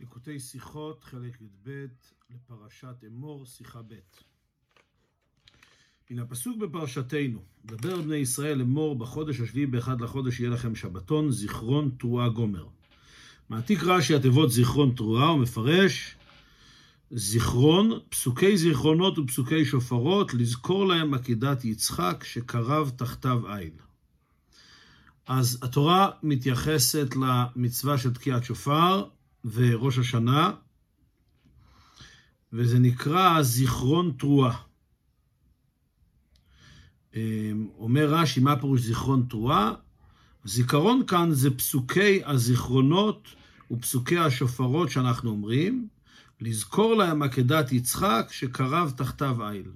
ליקוטי שיחות, חלק י"ב, לפרשת אמור, שיחה ב'. מן הפסוק בפרשתנו, דבר בני ישראל אמור, בחודש השביעי באחד לחודש יהיה לכם שבתון, זיכרון תרועה גומר. מעתיק רש"י התיבות זיכרון תרועה ומפרש, זיכרון, פסוקי זיכרונות ופסוקי שופרות, לזכור להם עקדת יצחק שקרב תחתיו איל. אז התורה מתייחסת למצווה של תקיעת שופר וראש השנה, וזה נקרא זיכרון תרועה. אומר רש"י, מה פירוש זיכרון תרועה? זיכרון כאן זה פסוקי הזיכרונות ופסוקי השופרות שאנחנו אומרים, לזכור להם עקדת יצחק שקרב תחתיו איל.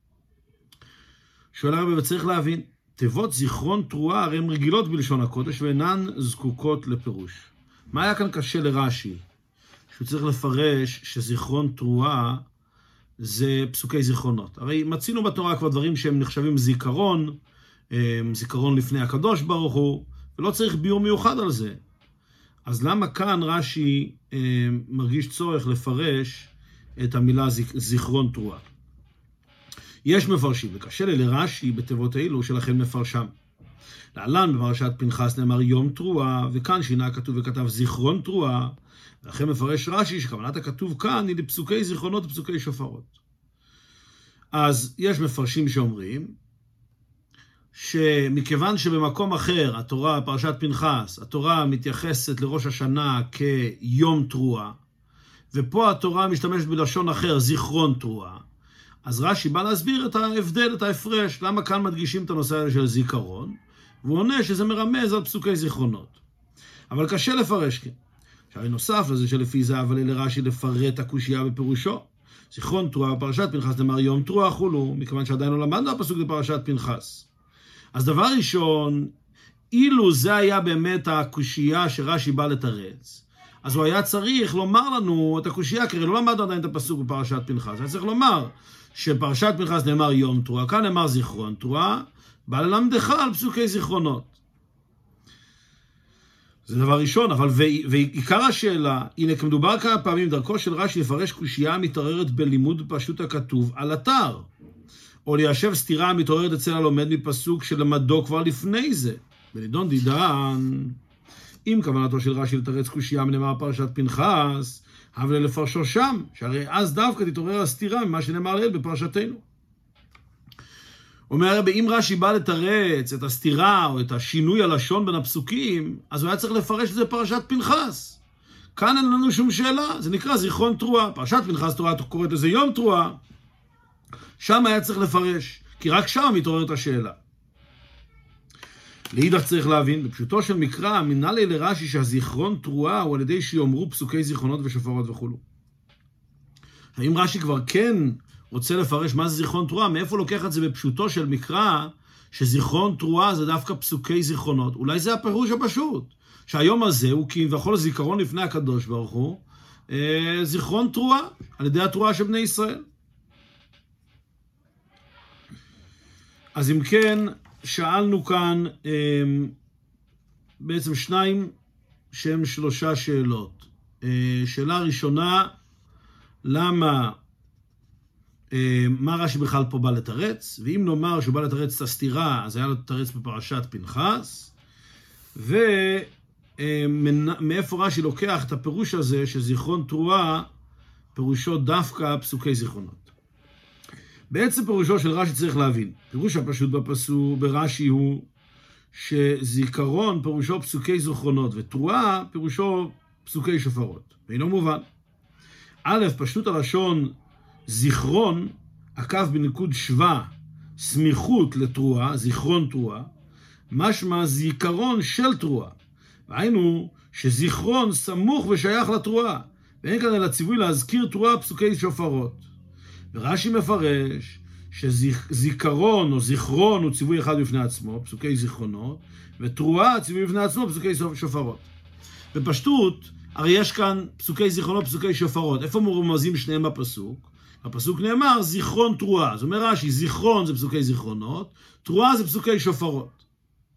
שואל הרב, וצריך להבין, תיבות זיכרון תרועה הרי הן רגילות בלשון הקודש ואינן זקוקות לפירוש. מה היה כאן קשה לרש"י? שהוא צריך לפרש שזיכרון תרועה זה פסוקי זיכרונות. הרי מצינו בתורה כבר דברים שהם נחשבים זיכרון, זיכרון לפני הקדוש ברוך הוא, ולא צריך ביור מיוחד על זה. אז למה כאן רש"י מרגיש צורך לפרש את המילה זיכרון תרועה? יש מפרשים, וקשה לי לרש"י בתיבות האלו שלכם מפרשם. להלן בפרשת פנחס נאמר יום תרועה, וכאן שינה הכתוב וכתב זיכרון תרועה, ולכן מפרש רש"י שכוונת הכתוב כאן היא לפסוקי זיכרונות ופסוקי שופרות. אז יש מפרשים שאומרים שמכיוון שבמקום אחר התורה, פרשת פנחס, התורה מתייחסת לראש השנה כיום תרועה, ופה התורה משתמשת בלשון אחר, זיכרון תרועה, אז רש"י בא להסביר את ההבדל, את ההפרש, למה כאן מדגישים את הנושא הזה של זיכרון, והוא עונה שזה מרמז על פסוקי זיכרונות. אבל קשה לפרש כן. עכשיו נוסף לזה שלפי זה אבל לרש"י לפרט הקושייה בפירושו. זיכרון תרועה בפרשת פנחס נאמר יום תרועה חולו, מכיוון שעדיין לא למדנו הפסוק בפרשת פנחס. אז דבר ראשון, אילו זה היה באמת הקושייה שרש"י בא לתרץ, אז הוא היה צריך לומר לנו את הקושייה, כי לא למדנו עדיין את הפסוק בפרשת פנחס. היה צריך לומר שפרשת פנחס נאמר יום תרועה, כאן נאמר זיכרון תרועה, בא ללמדך על פסוקי זיכרונות. זה דבר ראשון, אבל ועיקר השאלה, הנה כמדובר כמה פעמים דרכו של רש"י לפרש קושייה המתעוררת בלימוד פשוט הכתוב על אתר, או ליישב סתירה המתעוררת אצל הלומד מפסוק שלמדו כבר לפני זה. בנידון דידן, אם כוונתו של רש"י לתרץ קושייה מנאמר פרשת פנחס, אבל לפרשו שם, שהרי אז דווקא תתעורר הסתירה ממה שנאמר לעיל בפרשתנו. אומר הרב, אם רש"י בא לתרץ את הסתירה או את השינוי הלשון בין הפסוקים, אז הוא היה צריך לפרש את זה פרשת פנחס. כאן אין לנו שום שאלה, זה נקרא זיכרון תרועה. פרשת פנחס תרועה קוראת לזה יום תרועה. שם היה צריך לפרש, כי רק שם מתעוררת השאלה. לאידך צריך להבין, בפשוטו של מקרא, מנה לי לרש"י שהזיכרון תרועה הוא על ידי שיאמרו פסוקי זיכרונות ושופרות וכו'. האם רש"י כבר כן רוצה לפרש מה זה זיכרון תרועה? מאיפה לוקח את זה בפשוטו של מקרא, שזיכרון תרועה זה דווקא פסוקי זיכרונות? אולי זה הפירוש הפשוט, שהיום הזה הוא כביכול זיכרון לפני הקדוש ברוך הוא, זיכרון תרועה, על ידי התרועה של בני ישראל. אז אם כן, שאלנו כאן בעצם שניים שהם שלושה שאלות. שאלה ראשונה, למה, מה רש"י בכלל פה בא לתרץ? ואם נאמר שהוא בא לתרץ את הסתירה, אז היה לו לתרץ בפרשת פנחס. ומאיפה רש"י לוקח את הפירוש הזה שזיכרון תרועה פירושו דווקא פסוקי זיכרונות? בעצם פירושו של רש"י צריך להבין. פירוש הפשוט בפסוק ברש"י הוא שזיכרון פירושו פסוקי זיכרונות, ותרועה פירושו פסוקי שופרות. ואינו מובן. א', פשוט הלשון זיכרון, עקב בניקוד שווה, סמיכות לתרועה, זיכרון תרועה, משמע זיכרון של תרועה. והיינו שזיכרון סמוך ושייך לתרועה, ואין כאן אלא ציווי להזכיר תרועה פסוקי שופרות. ורש"י מפרש שזיכרון או זיכרון הוא ציווי אחד בפני עצמו, פסוקי זיכרונות, ותרועה ציווי בפני עצמו, פסוקי שופרות. בפשטות, הרי יש כאן פסוקי זיכרונות, פסוקי שופרות. איפה מרומזים שניהם בפסוק? הפסוק נאמר זיכרון תרועה. זאת אומרת רש"י, זיכרון זה פסוקי זיכרונות, תרועה זה פסוקי שופרות.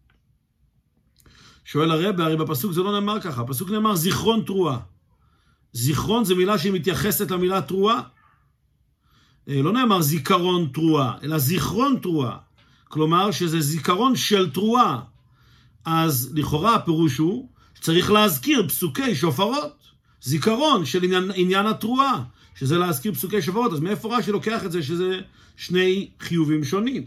שואל הרב, הרי בפסוק זה לא נאמר ככה, הפסוק נאמר זיכרון תרועה. זיכרון זה מילה שהיא מתייחסת למילה תרועה. לא נאמר זיכרון תרועה, אלא זיכרון תרועה. כלומר שזה זיכרון של תרועה. אז לכאורה הפירוש הוא שצריך להזכיר פסוקי שופרות. זיכרון של עניין התרועה, שזה להזכיר פסוקי שופרות. אז מאיפה רש"י לוקח את זה שזה שני חיובים שונים?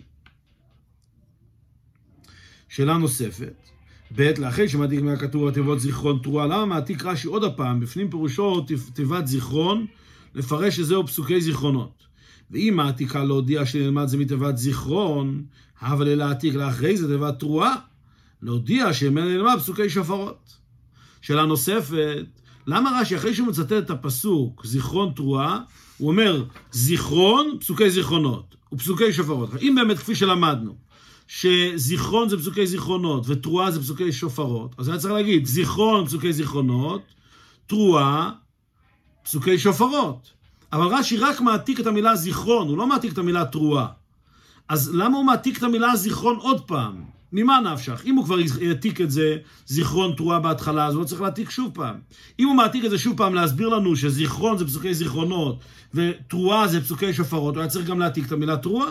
שאלה נוספת. לאחרי שמעתיק מהכתוב התיבות זיכרון תרועה, למה מעתיק רש"י עוד הפעם בפנים פירושו תיבת זיכרון, לפרש שזהו פסוקי זיכרונות? ואם מעתיקה להודיע שנלמד זה מתיבת זיכרון, אבל להעתיק לאחרי זה תיבת תרועה, להודיע שממנה נלמד פסוקי שופרות. שאלה נוספת, למה רש"י אחרי שהוא מצטט את הפסוק זיכרון תרועה, הוא אומר זיכרון פסוקי זיכרונות ופסוקי שופרות? אם באמת כפי שלמדנו שזיכרון זה פסוקי זיכרונות ותרועה זה פסוקי שופרות, אז אני צריך להגיד זיכרון פסוקי זיכרונות, תרועה פסוקי שופרות. אבל רש"י רק מעתיק את המילה זיכרון, הוא לא מעתיק את המילה תרועה. אז למה הוא מעתיק את המילה זיכרון עוד פעם? ממה נפשך? אם הוא כבר יעתיק את זה זיכרון תרועה בהתחלה, אז הוא לא צריך להעתיק שוב פעם. אם הוא מעתיק את זה שוב פעם להסביר לנו שזיכרון זה פסוקי זיכרונות ותרועה זה פסוקי שופרות, הוא היה צריך גם להעתיק את המילה תרועה.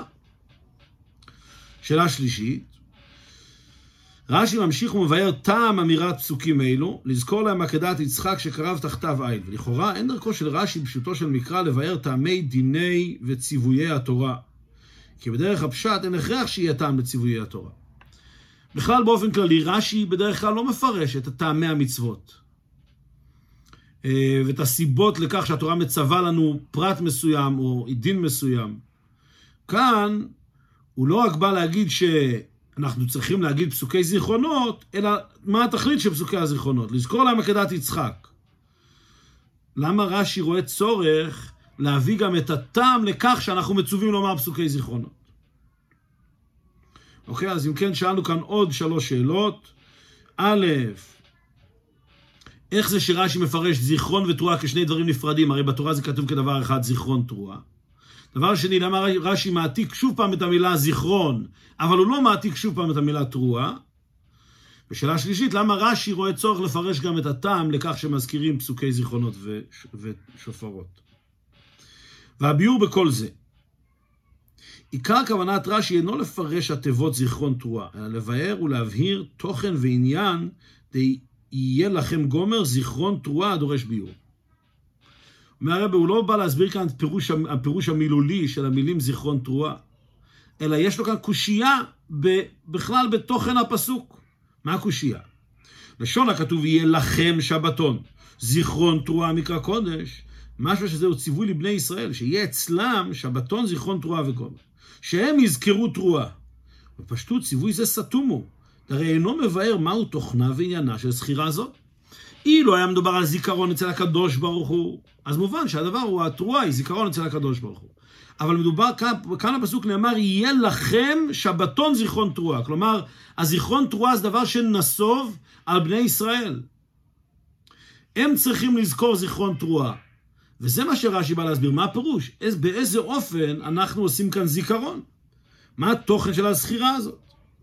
שאלה שלישית, רש"י ממשיך ומבאר טעם אמירת פסוקים אלו, לזכור להם עקדת יצחק שקרב תחתיו איל. ולכאורה אין דרכו של רש"י פשוטו של מקרא לבאר טעמי דיני וציוויי התורה. כי בדרך הפשט אין הכרח שיהיה טעם לציוויי התורה. בכלל באופן כללי רש"י בדרך כלל לא מפרש את טעמי המצוות. ואת הסיבות לכך שהתורה מצווה לנו פרט מסוים או דין מסוים. כאן הוא לא רק בא להגיד שאנחנו צריכים להגיד פסוקי זיכרונות, אלא מה התכלית של פסוקי הזיכרונות? לזכור להם עקדת יצחק. למה רש"י רואה צורך להביא גם את הטעם לכך שאנחנו מצווים לומר פסוקי זיכרונות? אוקיי, אז אם כן שאלנו כאן עוד 3 שאלות. א', איך זה שרש"י מפרש זיכרון ותרועה כשני דברים נפרדים? הרי בתורה זה כתוב כדבר אחד, זיכרון תרועה. דבר שני, למה רש"י מעתיק שוב פעם את המילה זיכרון, אבל הוא לא מעתיק שוב פעם את המילה תרועה? ושאלה שלישית, למה רש"י רואה צורך לפרש גם את הטעם לכך שמזכירים פסוקי זיכרונות ושופרות? והביאור בכל זה. עיקר כוונת רש"י אינו לפרש התיבות זיכרון תרועה, אלא לבאר ולהבהיר תוכן ועניין, יהיה לכם גומר זיכרון תרועה הדורש ביור. מהרבה הוא לא בא להסביר כאן את הפירוש המילולי של המילים זיכרון תרועה, אלא יש לו כאן קושייה בכלל בתוכן הפסוק. מה הקושייה? לשון הכתוב יהיה לכם שבתון, זיכרון תרועה מקרא קודש, משהו שזהו ציווי לבני ישראל, שיהיה אצלם שבתון זיכרון תרועה וגומר, שהם יזכרו תרועה. בפשטות ציווי זה סתומו, הרי אינו מבאר מהו תוכנה ועניינה של זכירה זאת. אילו היה מדובר על זיכרון אצל הקדוש ברוך הוא, אז מובן שהדבר הוא התרועה, היא זיכרון אצל הקדוש ברוך הוא. אבל מדובר, כאן הפסוק נאמר, יהיה לכם שבתון זיכרון תרועה. כלומר, הזיכרון תרועה זה דבר שנסוב על בני ישראל. הם צריכים לזכור זיכרון תרועה. וזה מה שרש"י בא להסביר. מה הפירוש? באיזה אופן אנחנו עושים כאן זיכרון? מה התוכן של הזכירה הזאת?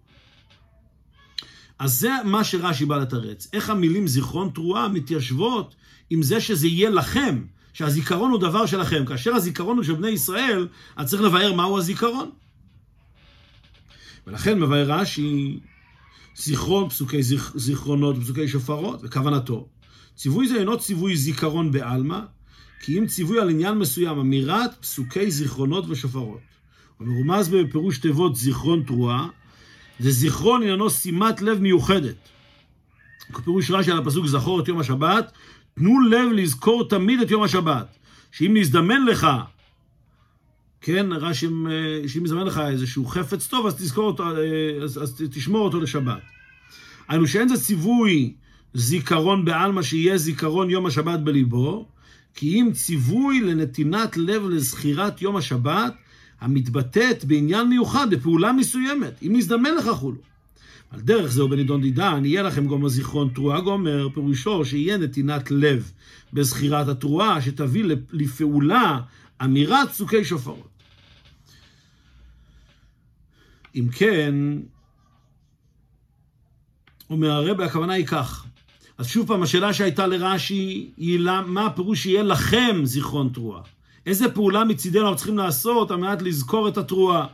אז זה מה שרש"י בא לתרץ. איך המילים זיכרון תרועה מתיישבות עם זה שזה יהיה לכם, שהזיכרון הוא דבר שלכם. כאשר הזיכרון הוא של בני ישראל, אז צריך לבאר מהו הזיכרון. ולכן מבאר רש"י זיכרון, פסוקי זיכרונות, פסוקי שופרות, וכוונתו. ציווי זה אינו ציווי זיכרון בעלמא, כי אם ציווי על עניין מסוים, אמירת פסוקי זיכרונות ושופרות. ומרומז בפירוש תיבות זיכרון תרועה, זה זיכרון עניינו שימת לב מיוחדת. כפירוש רש"י על הפסוק זכור את יום השבת, תנו לב לזכור תמיד את יום השבת. שאם נזדמן לך, כן, רש"י, שאם נזדמן לך איזשהו חפץ טוב, אז תזכור אותו, אז תשמור אותו לשבת. היינו שאין זה ציווי זיכרון בעלמא שיהיה זיכרון יום השבת בליבו, כי אם ציווי לנתינת לב לזכירת יום השבת, המתבטאת בעניין מיוחד, בפעולה מסוימת, אם נזדמן לך חולו. על דרך זהו בנידון דידן, יהיה לכם גומר זיכרון תרועה גומר, פירושו שיהיה נתינת לב בזכירת התרועה, שתביא לפעולה אמירת פסוקי שופרות. אם כן, אומר הרב, הכוונה היא כך, אז שוב פעם, השאלה שהייתה לרש"י היא מה הפירוש שיהיה לכם זיכרון תרועה? איזה פעולה מצידנו אנחנו צריכים לעשות על מנת לזכור את התרועה?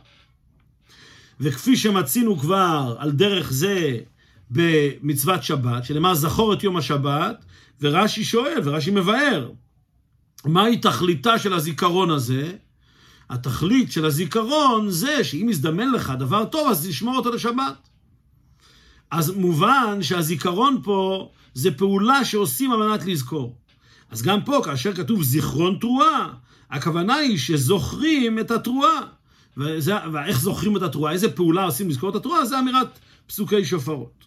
וכפי שמצינו כבר על דרך זה במצוות שבת, שלמה זכור את יום השבת, ורש"י שואל, ורש"י מבאר, מהי תכליתה של הזיכרון הזה? התכלית של הזיכרון זה שאם יזדמן לך דבר טוב, אז תשמור אותו לשבת. אז מובן שהזיכרון פה זה פעולה שעושים על מנת לזכור. אז גם פה, כאשר כתוב זיכרון תרועה, הכוונה היא שזוכרים את התרועה. ואיך זוכרים את התרועה? איזה פעולה עושים לזכור את התרועה? זה אמירת פסוקי שופרות.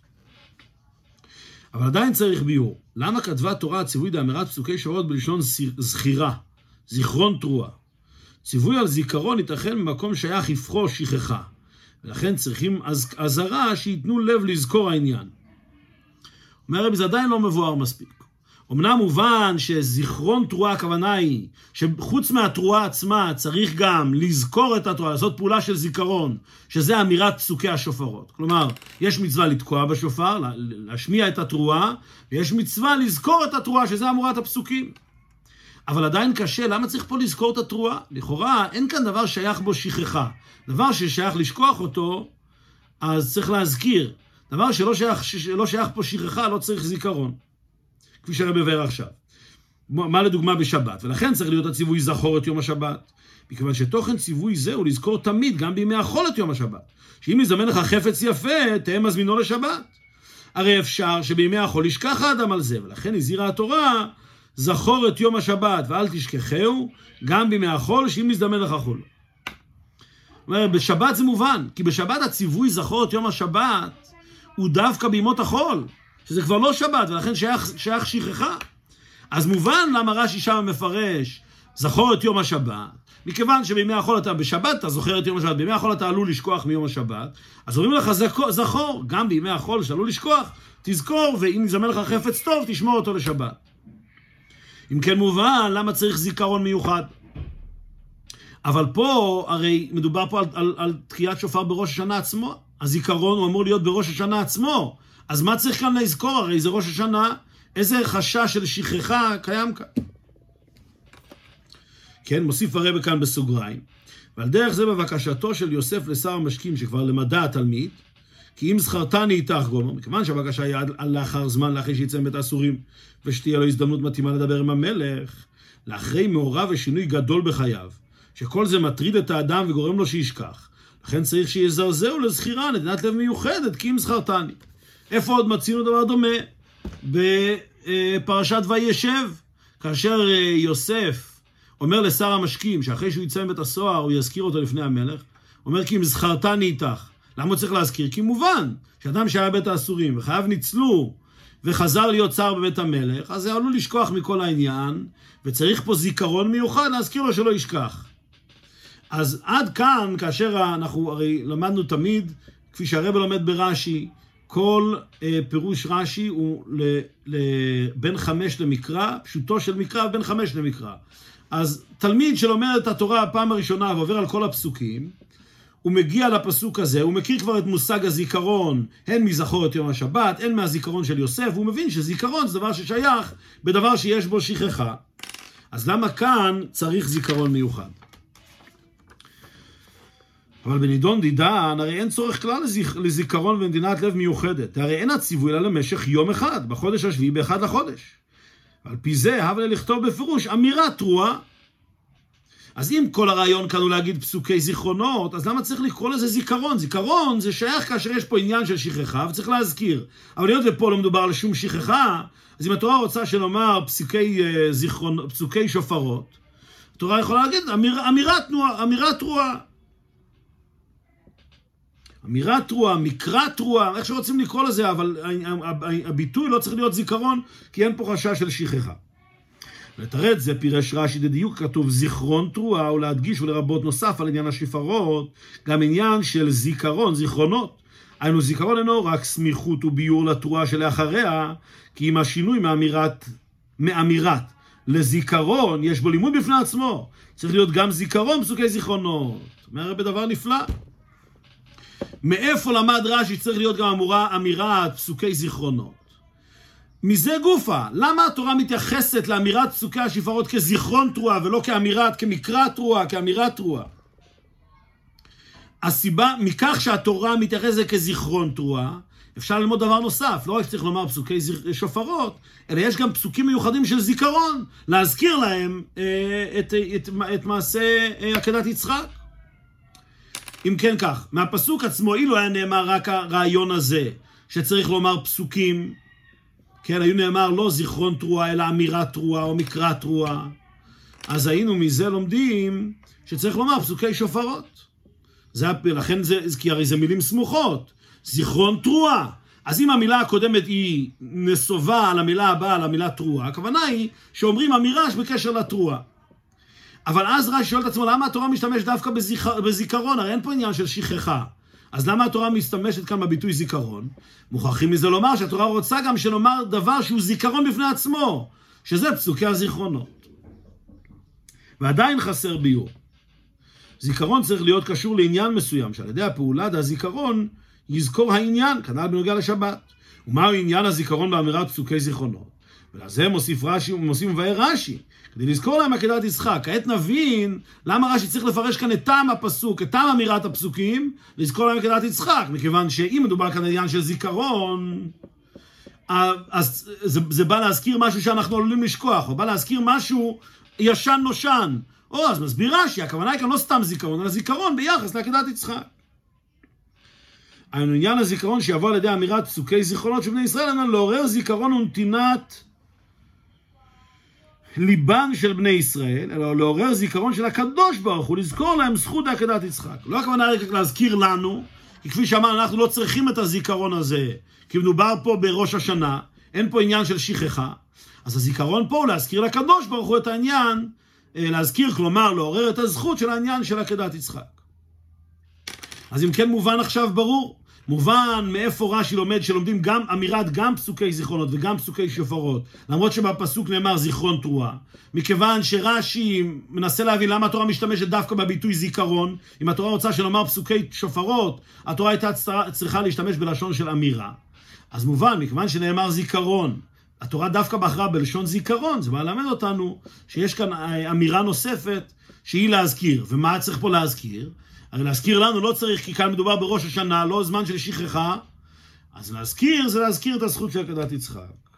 אבל עדיין צריך ביור. למה כתבה תורה הציווי באמירת פסוקי שופרות בלשון זכירה, זיכרון תרועה? ציווי על זיכרון ייתכן במקום שייך הפכו שכחה. ולכן צריכים עזרה שיתנו לב לזכור העניין. אומר, זה עדיין לא מבואר מספיק. אמנם מובן שזיכרון תרועה הכוונה היא שחוץ מהתרועה עצמה צריך גם לזכור את התרועה, לעשות פעולה של זיכרון, שזה אמירת פסוקי השופרות. כלומר, יש מצווה לתקוע בשופר, להשמיע את התרועה, ויש מצווה לזכור את התרועה, שזה אמירת הפסוקים. אבל עדיין קשה, למה צריך פה לזכור את התרועה? לכאורה, אין כאן דבר שייך בו שכחה. דבר ששייך לשכוח אותו, אז צריך להזכיר. דבר שלא שייך פה שכחה, לא צריך זיכרון. כפי שהרב מבאר עכשיו. מה לדוגמה בשבת? ולכן צריך להיות הציווי זכור את יום השבת. מכיוון שתוכן ציווי זה הוא לזכור תמיד, גם בימי החול את יום השבת. שאם יזמן לך חפץ יפה, תהיה מזמינו לשבת. הרי אפשר שבימי החול ישכח האדם על זה, ולכן הזהירה התורה, זכור את יום השבת ואל תשכחהו, גם בימי החול, שאם יזמן לך חול. בשבת זה מובן, כי בשבת הציווי זכור את יום השבת, הוא דווקא בימות החול, שזה כבר לא שבת, ולכן שייך שכחה. אז מובן למה רש"י שם מפרש, זכור את יום השבת, מכיוון שבימי החול אתה בשבת, אתה זוכר את יום השבת, בימי החול אתה עלול לשכוח מיום השבת, אז אומרים לך זכור, גם בימי החול שעלול לשכוח, תזכור, ואם יזמן לך חפץ טוב, תשמור אותו לשבת. אם כן מובן, למה צריך זיכרון מיוחד? אבל פה, הרי מדובר פה על תקיעת שופר בראש השנה עצמו. הזיכרון הוא אמור להיות בראש השנה עצמו. אז מה צריך כאן לזכור? הרי זה ראש השנה, איזה חשש של שכחה קיים כאן. כן, מוסיף הרב כאן בסוגריים. ועל דרך זה בבקשתו של יוסף לשר המשקים, שכבר למדע התלמיד, כי אם זכרתני איתך גומר, מכיוון שהבקשה היא עד לאחר זמן, לאחרי שיצא מבית האסורים, ושתהיה לו הזדמנות מתאימה לדבר עם המלך, לאחרי מעורב ושינוי גדול בחייו, שכל זה מטריד את האדם וגורם לו שישכח. לכן צריך שיזרזהו לזכירה, נתינת לב מיוחדת, כי אם זכרתני. איפה עוד מצינו דבר דומה? בפרשת וישב, כאשר יוסף אומר לשר המשקים, שאחרי שהוא יצא מבית הסוהר, הוא יזכיר אותו לפני המלך, אומר כי אם זכרתני איתך. למה הוא צריך להזכיר? כי מובן, שאדם שהיה בית האסורים וחייו ניצלו וחזר להיות שר בבית המלך, אז זה עלול לשכוח מכל העניין, וצריך פה זיכרון מיוחד להזכיר לו שלא ישכח. אז עד כאן, כאשר אנחנו הרי למדנו תמיד, כפי שהרב לומד ברש"י, כל פירוש רש"י הוא בין 5 למקרא, פשוטו של מקרא בין 5 למקרא. אז תלמיד שלומד את התורה הפעם הראשונה ועובר על כל הפסוקים, הוא מגיע לפסוק הזה, הוא מכיר כבר את מושג הזיכרון, הן מזכור את יום השבת, הן מהזיכרון של יוסף, והוא מבין שזיכרון זה דבר ששייך בדבר שיש בו שכחה. אז למה כאן צריך זיכרון מיוחד? אבל בנידון דידן, הרי אין צורך כלל לזיכרון ונתינת לב מיוחדת. הרי אין הציווי אלא למשך יום אחד, בחודש השביעי באחד לחודש. על פי זה, הבה לכתוב בפירוש אמירת תרועה. אז אם כל הרעיון כאן הוא להגיד פסוקי זיכרונות, אז למה צריך לקרוא לזה זיכרון? זיכרון זה שייך כאשר יש פה עניין של שכחה, וצריך להזכיר. אבל להיות ופה לא מדובר על שום שכחה, אז אם התורה רוצה שנאמר פסוקי שופרות, התורה יכולה להגיד אמירת תרועה. אמירת תרועה, מקרא תרועה, איך שרוצים לקרוא לזה, אבל הביטוי לא צריך להיות זיכרון, כי אין פה חשש של שכחה. לתרץ זה פירש רש"י דדיוק כתוב זיכרון תרועה, ולהדגיש ולרבות נוסף על עניין השופרות, גם עניין של זיכרון, זיכרונות. היינו זיכרון אינו רק סמיכות וביור לתרועה שלאחריה, כי אם השינוי מאמירת לזיכרון, יש בו לימוד בפני עצמו. צריך להיות גם זיכרון פסוקי זיכרונות. אומר בדבר נפלא. מאיפה למד רש"י צריך להיות גם אמירת פסוקי זיכרונות? מזה גופה, למה התורה מתייחסת לאמירת פסוקי השופרות כזיכרון תרועה, ולא כמקרא תרועה, כאמירת תרועה? הסיבה, מכך שהתורה מתייחסת כזיכרון תרועה, אפשר ללמוד דבר נוסף, לא רק שצריך לומר פסוקי שופרות, אלא יש גם פסוקים מיוחדים של זיכרון, להזכיר להם את מעשה עקדת יצחק. אם כן כך, מהפסוק עצמו, אילו היה נאמר רק הרעיון הזה, שצריך לומר פסוקים, כן, היו נאמר לא זיכרון תרועה, אלא אמירת תרועה או מקרא תרועה, אז היינו מזה לומדים שצריך לומר פסוקי שופרות. לכן כי הרי זה מילים סמוכות, זיכרון תרועה. אז אם המילה הקודמת היא נסובה על המילה הבאה, על המילה תרועה, הכוונה היא שאומרים אמירה בקשר לתרועה. אבל אז רש"י שואל את עצמו, למה התורה משתמש דווקא בזיכרון? הרי אין פה עניין של שכחה. אז למה התורה משתמשת כאן בביטוי זיכרון? מוכרחים מזה לומר שהתורה רוצה גם שנאמר דבר שהוא זיכרון בפני עצמו, שזה פסוקי הזיכרונות. ועדיין חסר ביור. זיכרון צריך להיות קשור לעניין מסוים, שעל ידי הפעולה הזיכרון יזכור העניין, כנ"ל בנוגע לשבת. ומהו עניין הזיכרון באמירת פסוקי זיכרונות? ולזה מוסיף מבאר רש"י, כדי לזכור להם עקדת יצחק. כעת נבין למה רש"י צריך לפרש כאן את טעם הפסוק, את טעם אמירת הפסוקים, לזכור להם עקדת יצחק, מכיוון שאם מדובר כאן עניין של זיכרון, אז זה בא להזכיר משהו שאנחנו עלולים לשכוח, או בא להזכיר משהו ישן נושן. אז מסביר רש"י, הכוונה היא כאן לא סתם זיכרון, אלא זיכרון ביחס לעקדת יצחק. העניין הזיכרון שיבוא על ידי אמירת פסוקי זיכרונות של בני ישראל, אינו לעורר זיכרון ונתינת ליבן של בני ישראל, אלא לעורר זיכרון של הקדוש ברוך הוא, לזכור להם זכות עקדת יצחק. לא הכוונה רק להזכיר לנו, כי כפי שאמרנו, אנחנו לא צריכים את הזיכרון הזה, כי מדובר פה בראש השנה, אין פה עניין של שכחה. אז הזיכרון פה הוא להזכיר לקדוש ברוך הוא את העניין, להזכיר, כלומר, לעורר את הזכות של העניין של עקדת יצחק. אז אם כן מובן עכשיו ברור, מובן מאיפה רש"י לומד שלומדים גם אמירת גם פסוקי זיכרונות וגם פסוקי שופרות, למרות שבפסוק נאמר זיכרון תרועה, מכיוון שרש"י מנסה להבין למה התורה משתמשת דווקא בביטוי זיכרון. אם התורה רוצה שנאמר פסוקי שופרות, התורה הייתה צריכה להשתמש בלשון של אמירה. אז מובן, מכיוון שנאמר זיכרון, התורה דווקא בחרה בלשון זיכרון, זה בא ללמד אותנו שיש כאן אמירה נוספת שהיא להזכיר. ומה צריך פה להזכיר? הרי להזכיר לנו לא צריך, כי כאן מדובר בראש השנה, לא זמן של שכחה. אז להזכיר זה להזכיר את הזכות של עקדת יצחק.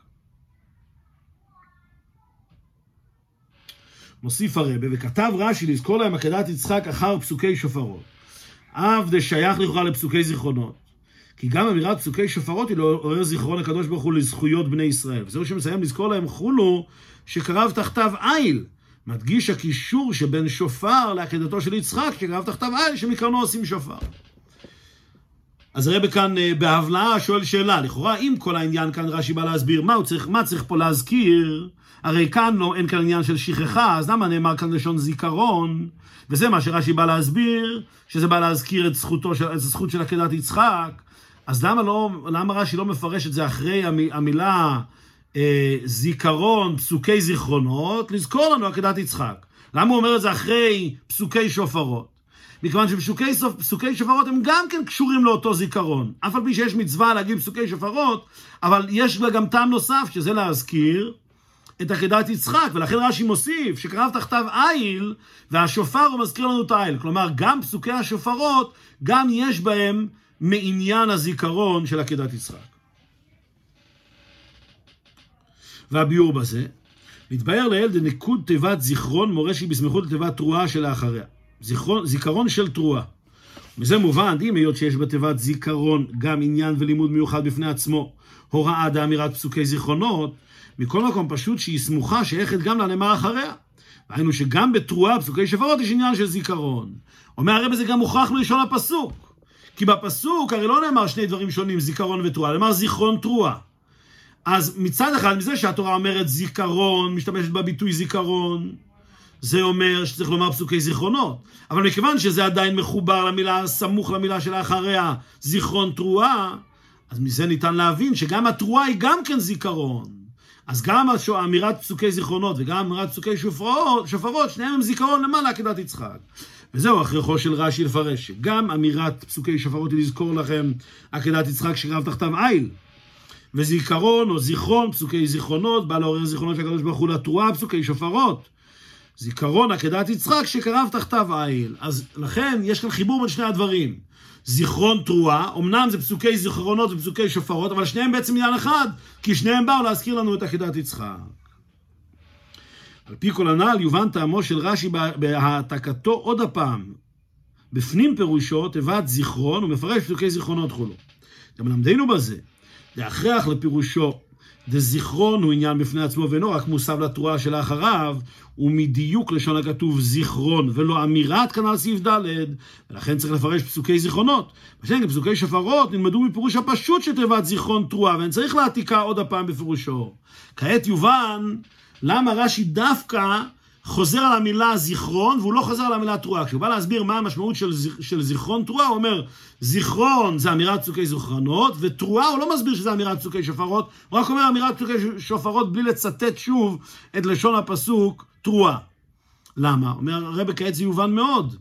מוסיף הרבי, וכתב רש"י לזכור להם עקדת יצחק אחר פסוקי שופרות. אף זה שייך לכאורה לפסוקי זיכרונות. כי גם אמירת פסוקי שופרות היא לעורר זיכרון הקדוש ברוך הוא לזכויות בני ישראל. וזהו שמסיים לזכור להם חולו שקרב תחתיו איל. מדגיש הקישור שבין שופר לעקדתו של יצחק, שקרב תחתיו איל, שמקרנו עושים שופר. אז הרבי כאן בהבלעה שואל שאלה, לכאורה אם כל העניין כאן רש"י בא להסביר מה צריך פה להזכיר, הרי כאן אין כאן עניין של שכחה, אז למה נאמר כאן לשון זיכרון? וזה מה שרש"י בא להסביר, שזה בא להזכיר את הזכות של עקדת יצחק. אז למה רש"י לא מפרש את זה אחרי המילה זיכרון, פסוקי זיכרונות, לזכור לנו עקדת יצחק? למה הוא אומר את זה אחרי פסוקי שופרות? מכיוון שפסוקי שופרות הם גם כן קשורים לאותו זיכרון. אף על פי שיש מצווה להגיד פסוקי שופרות, אבל יש לה גם טעם נוסף, שזה להזכיר את עקדת יצחק. ולכן רש"י מוסיף שקרב תחתיו איל, והשופר הוא מזכיר לנו את האיל. כלומר, גם פסוקי השופרות, גם יש בהם מעניין הזיכרון של עקדת יצחק. והביאור בזה, מתבהר לאל דנקוד תיבת זיכרון מורשי בסמיכות לתיבת תרועה שלאחריה. זיכרון של תרועה. מזה מובן, אם היות שיש בתיבת זיכרון גם עניין ולימוד מיוחד בפני עצמו, הוראה דאמירת פסוקי זיכרונות, מכל מקום פשוט שהיא סמוכה שייכת גם לנאמר אחריה. והיינו שגם בתרועה, פסוקי שופרות, יש עניין של זיכרון. אומר הרבי, זה גם מוכרח מלשון הפסוק. כי בפסוק הרי לא נאמר שני דברים שונים, זיכרון ותרועה, נאמר זיכרון תרועה. אז מצד אחד, מזה שהתורה אומרת זיכרון, משתמשת בביטוי זיכרון, זה אומר שצריך לומר פסוקי זיכרונות. אבל מכיוון שזה עדיין מחובר למילה, סמוך למילה שלאחריה, זיכרון תרועה, אז מזה ניתן להבין שגם התרועה היא גם כן זיכרון. אז גם אמירת פסוקי זיכרונות וגם אמירת פסוקי שופרות, שניהם הם זיכרון למעלה עקדת יצחק. וזהו הכרחו של רש"י לפרש, גם אמירת פסוקי שופרות היא לזכור לכם עקדת יצחק שקרב תחתיו איל. וזיכרון או זיכרון, פסוקי זיכרונות, בא לעורר זיכרונות של הקדוש ברוך הוא לתרועה, פסוקי שופרות. זיכרון עקדת יצחק שקרב תחתיו איל. אז לכן יש כאן חיבור בין שני הדברים. זיכרון תרועה, אמנם זה פסוקי זיכרונות ופסוקי שופרות, אבל שניהם בעצם עניין אחד, כי שניהם באו להזכיר לנו את עקדת יצחק. על פי כל הנ"ל יובן טעמו של רש"י בהעתקתו עוד הפעם. בפנים פירושו תיבת זיכרון, ומפרש פסוקי זיכרונות כולו. גם למדנו בזה, להכרח לפירושו, דזיכרון הוא עניין בפני עצמו ואינו רק מוסב לתרועה שלאחריו, ומדיוק לשון הכתוב זיכרון, ולא אמירת כנ"ל סעיף ד', ולכן צריך לפרש פסוקי זיכרונות. בשביל פסוקי שופרות נלמדו מפירוש הפשוט של תיבת זיכרון תרועה, ואני צריך להעתיקה עוד הפעם בפירושו. כעת יובן למה רש"י דווקא חוזר על המילה זיכרון, והוא לא חוזר על המילה תרועה. כשהוא בא להסביר מה המשמעות של זיכרון תרועה, הוא אומר, זיכרון זה אמירת פסוקי זיכרונות, ותרועה הוא לא מסביר שזה אמירת פסוקי שופרות, הוא רק אומר אמירת פסוקי שופרות בלי לצטט שוב את לשון הפסוק תרועה. למה? אומר הרב כעת זה יובן מאוד.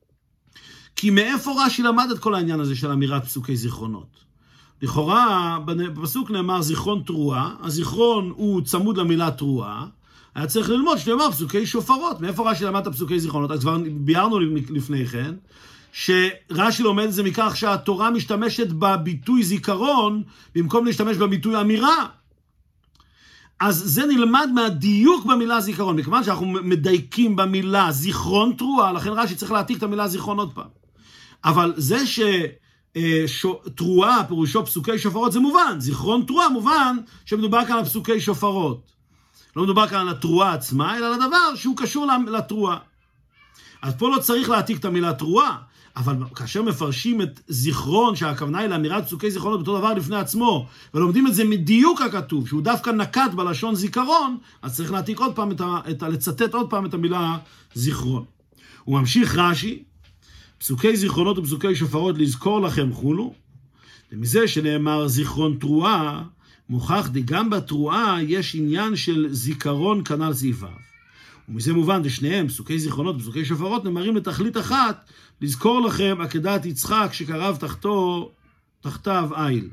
כי מאיפה רש"י למד את כל העניין הזה של אמירת פסוקי זיכרונות? לכאורה, בפסוק נאמר זיכרון תרועה, הזיכרון הוא צמוד למילה תרועה, היה צריך ללמוד שנאמר פסוקי שופרות. מאיפה רש"י למד את פסוקי זיכרונות? אז כבר ביארנו לפני כן, שרש"י לומד את זה מכך שהתורה משתמשת בביטוי זיכרון, במקום להשתמש בביטוי אמירה. אז זה נלמד מהדיוק במילה זיכרון, מכיוון שאנחנו מדייקים במילה זיכרון תרועה, לכן רש"י צריך להעתיק את המילה זיכרון עוד פעם. אבל זה שתרועה פירושו פסוקי שופרות זה מובן, זיכרון תרועה מובן שמדובר כאן על פסוקי שופרות. לא מדובר כאן על התרועה עצמה, אלא על הדבר שהוא קשור לתרועה. אז פה לא צריך להעתיק את המילה תרועה, אבל כאשר מפרשים את זיכרון, שהכוונה היא לאמירת פסוקי זיכרונות בתור דבר לפני עצמו, ולומדים את זה מדיוק הכתוב, שהוא דווקא נקט בלשון זיכרון, אז צריך להעתיק עוד פעם, לצטט עוד פעם את המילה זיכרון. הוא ממשיך רש"י, פסוקי זיכרונות ופסוקי שופרות לזכור לכם חולו, ומזה שנאמר זיכרון תרועה, מוכח גם בתרועה יש עניין של זיכרון כנ"ל סעיפיו. ומזה מובן ששניהם, פסוקי זיכרונות ופסוקי שופרות, נאמרים לתכלית אחת, לזכור לכם עקדת יצחק שקרב תחתיו איל.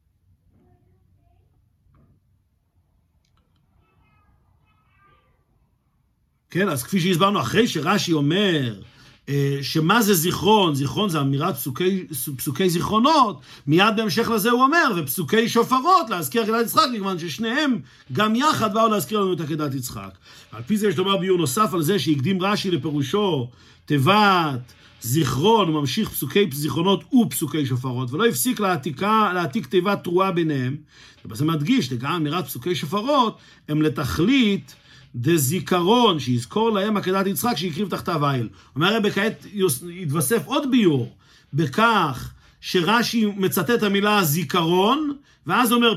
כן, אז כפי שהסברנו, אחרי שרש"י אומר שמה זה זיכרון? זיכרון זה אמירת פסוקי זיכרונות, מיד בהמשך לזה הוא אומר, ופסוקי שופרות להזכיר עקדת יצחק, מכיוון ששניהם גם יחד באו להזכיר לנו את עקדת יצחק. על פי זה יש לומר ביור נוסף על זה שהקדים רש"י לפירושו תיבת זיכרון, הוא ממשיך פסוקי זיכרונות ופסוקי שופרות, ולא הפסיק להעתיק תיבת תרועה ביניהם. ובזה מדגיש, גם אמירת פסוקי שופרות הם לתכלית דזיכרון, שיזכור להם עקדת יצחק שהקריב תחתיו איל. אומר הרב כעת יתווסף עוד ביור, בכך שרש"י מצטט את המילה זיכרון, ואז אומר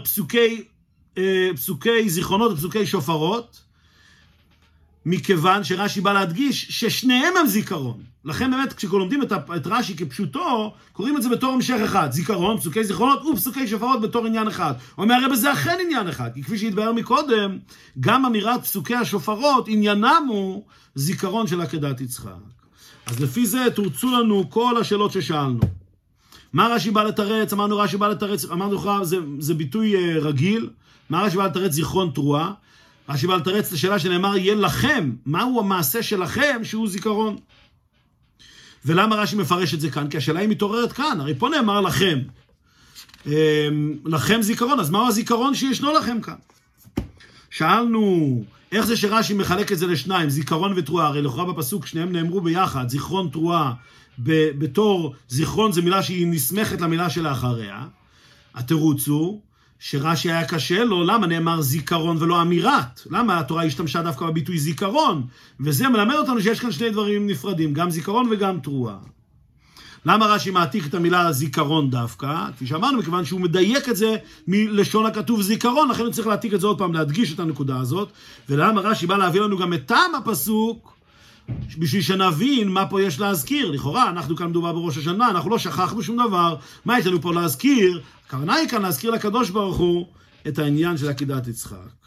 פסוקי זיכרונות ופסוקי שופרות, מכיוון שרש"י בא להדגיש ששניהם הם זיכרון. לכן באמת כשלומדים את רש"י כפשוטו, קוראים את זה בתור המשך אחד, זיכרון, פסוקי זיכרונות ופסוקי שופרות בתור עניין אחד. אומר הרב זה אכן עניין אחד, כי כפי שהתבאר מקודם, גם אמירת פסוקי השופרות עניינם הוא זיכרון של עקדת יצחק. אז לפי זה תורצו לנו כל השאלות ששאלנו. מה רש"י בא לתרץ? אמרנו רש"י בא לתרץ, אמרנו לך זה ביטוי רגיל. מה רש"י בא לתרץ? זיכרון תרועה. רש"י בא לתרץ לשאלה שנאמר יהיה לכם, מהו המעשה שלכם שהוא זיכרון? ולמה רש"י מפרש את זה כאן? כי השאלה היא מתעוררת כאן, הרי פה נאמר לכם. לכם זיכרון, אז מהו הזיכרון שישנו לכם כאן? שאלנו, איך זה שרש"י מחלק את זה לשניים, זיכרון ותרועה? הרי לכאורה בפסוק שניהם נאמרו ביחד, זיכרון תרועה, בתור זיכרון זה מילה שהיא נסמכת למילה שלאחריה. התירוץ הוא שרש"י היה קשה לו, למה נאמר זיכרון ולא אמירת? למה התורה השתמשה דווקא בביטוי זיכרון? וזה מלמד אותנו שיש כאן שני דברים נפרדים, גם זיכרון וגם תרועה. למה רש"י מעתיק את המילה זיכרון דווקא? כפי שאמרנו, מכיוון שהוא מדייק את זה מלשון הכתוב זיכרון, לכן הוא צריך להעתיק את זה עוד פעם, להדגיש את הנקודה הזאת. ולמה רש"י בא להביא לנו גם את טעם הפסוק, בשביל שנבין מה פה יש להזכיר. לכאורה, אנחנו כאן מדובר בראש השנה, אנחנו לא שכחנו שום דבר. מה יש לנו פה להזכיר? הכוונה היא כאן להזכיר לקדוש ברוך הוא את העניין של עקדת יצחק.